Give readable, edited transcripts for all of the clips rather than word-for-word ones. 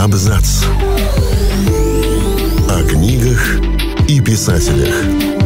Абзац. О книгах и писателях.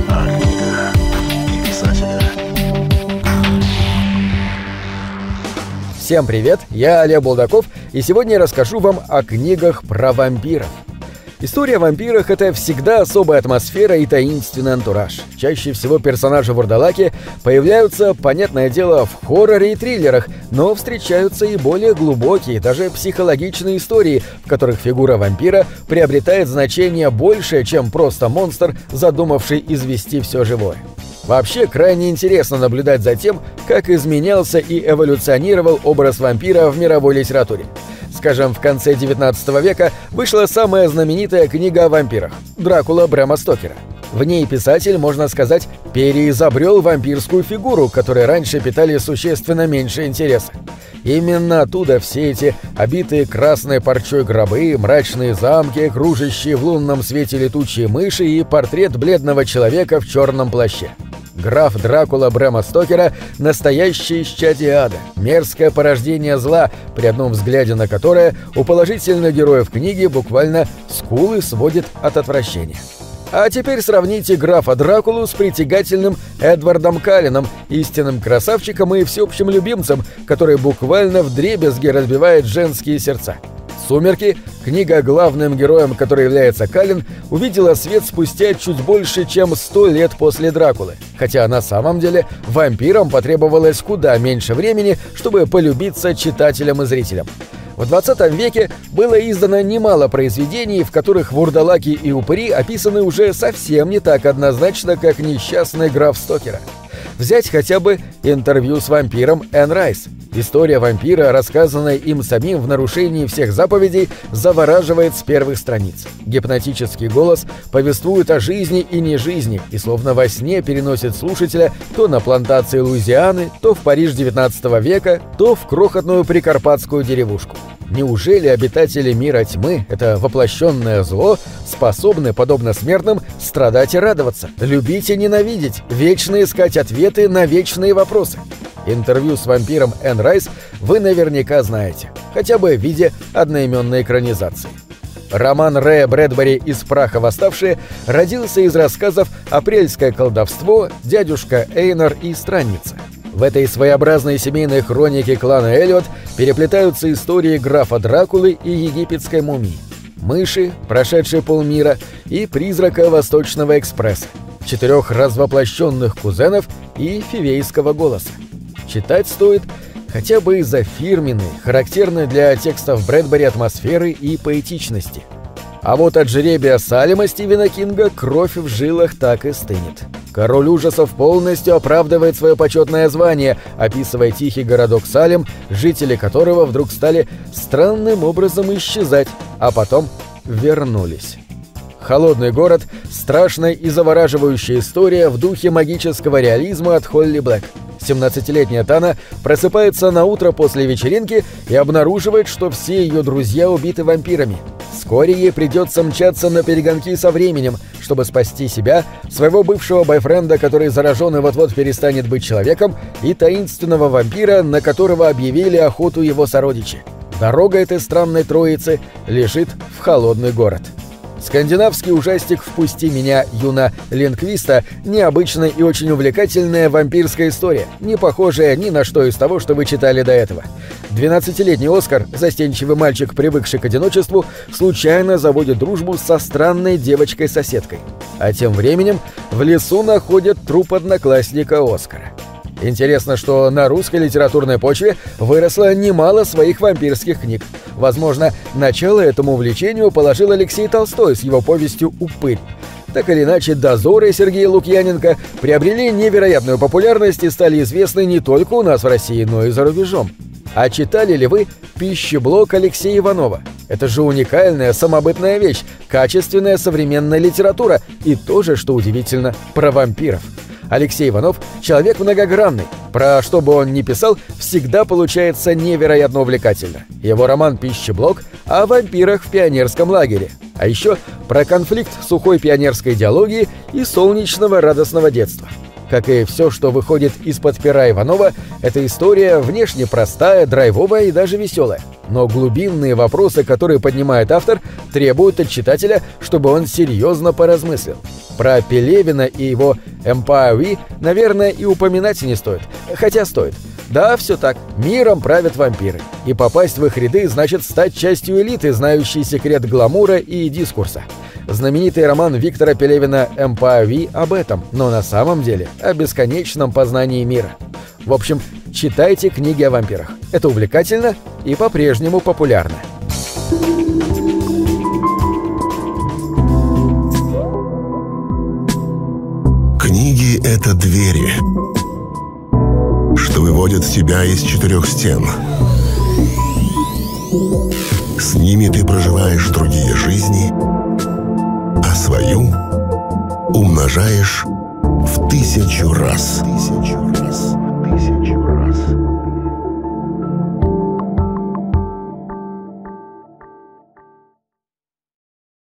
Всем привет, я Олег Булдаков, и сегодня я расскажу вам о книгах про вампиров. История о вампирах — это всегда особая атмосфера и таинственный антураж. Чаще всего персонажи вурдалаки появляются, понятное дело, в хорроре и триллерах, но встречаются и более глубокие, даже психологичные истории, в которых фигура вампира приобретает значение большее, чем просто монстр, задумавший извести все живое. Вообще, крайне интересно наблюдать за тем, как изменялся и эволюционировал образ вампира в мировой литературе. Скажем, в конце XIX века вышла самая знаменитая книга о вампирах – «Дракула» Брэма Стокера. В ней писатель, можно сказать, переизобрел вампирскую фигуру, которой раньше питали существенно меньше интереса. Именно оттуда все эти обитые красной парчой гробы, мрачные замки, кружащие в лунном свете летучие мыши и портрет бледного человека в черном плаще. Граф Дракула Брэма Стокера – настоящее исчадие ада, мерзкое порождение зла, при одном взгляде на которое у положительных героев книги буквально скулы сводит от отвращения. А теперь сравните графа Дракулу с притягательным Эдвардом Калленом, истинным красавчиком и всеобщим любимцем, который буквально вдребезги разбивает женские сердца. «Сумерки», книга, главным героем которой является Каллен, увидела свет спустя чуть больше, чем 100 лет после Дракулы, хотя на самом деле вампирам потребовалось куда меньше времени, чтобы полюбиться читателям и зрителям. В 20 веке было издано немало произведений, в которых вурдалаки и упыри описаны уже совсем не так однозначно, как несчастный граф Стокера. Взять хотя бы интервью с вампиром Энн Райс. История вампира, рассказанная им самим в нарушении всех заповедей, завораживает с первых страниц. Гипнотический голос повествует о жизни и нежизни и словно во сне переносит слушателя то на плантации Луизианы, то в Париж XIX века, то в крохотную прикарпатскую деревушку. Неужели обитатели мира тьмы, это воплощенное зло, способны, подобно смертным, страдать и радоваться, любить и ненавидеть, вечно искать ответы на вечные вопросы? Интервью с вампиром Энн Райс вы наверняка знаете, хотя бы в виде одноименной экранизации. Роман Рэя Брэдбери «Из праха восставшие» родился из рассказов «Апрельское колдовство», «Дядюшка Эйнар» и «Странница». В этой своеобразной семейной хронике клана Эллиот переплетаются истории графа Дракулы и египетской мумии, мыши, прошедшей полмира, и призрака Восточного экспресса, 4 развоплощенных кузенов и фивейского голоса. Читать стоит хотя бы из-за фирменной, характерной для текстов Брэдбери атмосферы и поэтичности. А вот от жребия Салема Стивена Кинга кровь в жилах так и стынет. Король ужасов полностью оправдывает свое почетное звание, описывая тихий городок Салем, жители которого вдруг стали странным образом исчезать, а потом вернулись. «Холодный город» — страшная и завораживающая история в духе магического реализма от Холли Блэк. 17-летняя Тана просыпается на утро после вечеринки и обнаруживает, что все ее друзья убиты вампирами. Вскоре ей придется мчаться на перегонки со временем, чтобы спасти себя, своего бывшего бойфренда, который заражен и вот-вот перестанет быть человеком, и таинственного вампира, на которого объявили охоту его сородичи. Дорога этой странной троицы лежит в холодный город. Скандинавский ужастик «Впусти меня, Юна Линквиста» — необычная и очень увлекательная вампирская история, не похожая ни на что из того, что вы читали до этого. 12-летний Оскар, застенчивый мальчик, привыкший к одиночеству, случайно заводит дружбу со странной девочкой-соседкой. А тем временем в лесу находят труп одноклассника Оскара. Интересно, что на русской литературной почве выросло немало своих вампирских книг. Возможно, начало этому увлечению положил Алексей Толстой с его повестью «Упырь». Так или иначе, «Дозоры» Сергея Лукьяненко приобрели невероятную популярность и стали известны не только у нас в России, но и за рубежом. А читали ли вы «Пищеблок» Алексея Иванова? Это же уникальная самобытная вещь, качественная современная литература и тоже, что удивительно, про вампиров. Алексей Иванов – человек многогранный. Про что бы он ни писал, всегда получается невероятно увлекательно. Его роман «Пищеблок» о вампирах в пионерском лагере. А еще про конфликт сухой пионерской идеологии и солнечного радостного детства. Как и все, что выходит из-под пера Иванова, эта история внешне простая, драйвовая и даже веселая. Но глубинные вопросы, которые поднимает автор, требуют от читателя, чтобы он серьезно поразмыслил. Про Пелевина и его Empire V, наверное, и упоминать не стоит. Хотя стоит. Да, все так. Миром правят вампиры. И попасть в их ряды значит стать частью элиты, знающей секрет гламура и дискурса. Знаменитый роман Виктора Пелевина «Empire V» об этом, но на самом деле о бесконечном познании мира. В общем, читайте книги о вампирах. Это увлекательно и по-прежнему популярно. Книги — это двери, что выводят тебя из четырех стен. С ними ты проживаешь другие жизни, а свою умножаешь в 1000 раз.